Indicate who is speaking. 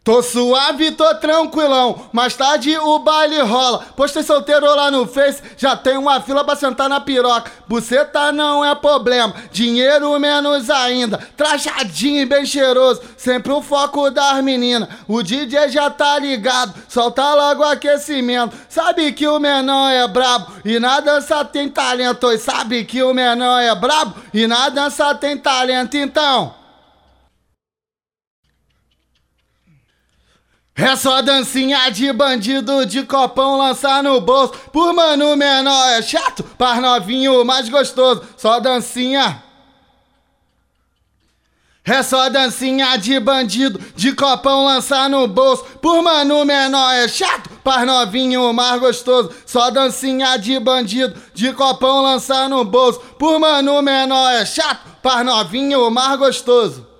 Speaker 1: Tô suave, tô tranquilão, mais tarde o baile rola. Postei solteiro lá no Face, já tem uma fila pra sentar na piroca. Buceta não é problema, dinheiro menos ainda. Trajadinho e bem cheiroso, sempre o foco das meninas. O DJ já tá ligado, solta logo aquecimento. Sabe que o menor é brabo e na dança tem talento. E sabe que o menor é brabo e na dança tem talento, então... É só dancinha de bandido, de copão lançar no bolso. Por mano menor é chato, par novinho mais gostoso. Só dancinha. É só dancinha de bandido, de copão lançar no bolso. Por mano menor é chato, par novinho mais gostoso. Só dancinha de bandido, de copão lançar no bolso. Por mano menor é chato, par novinho mais gostoso.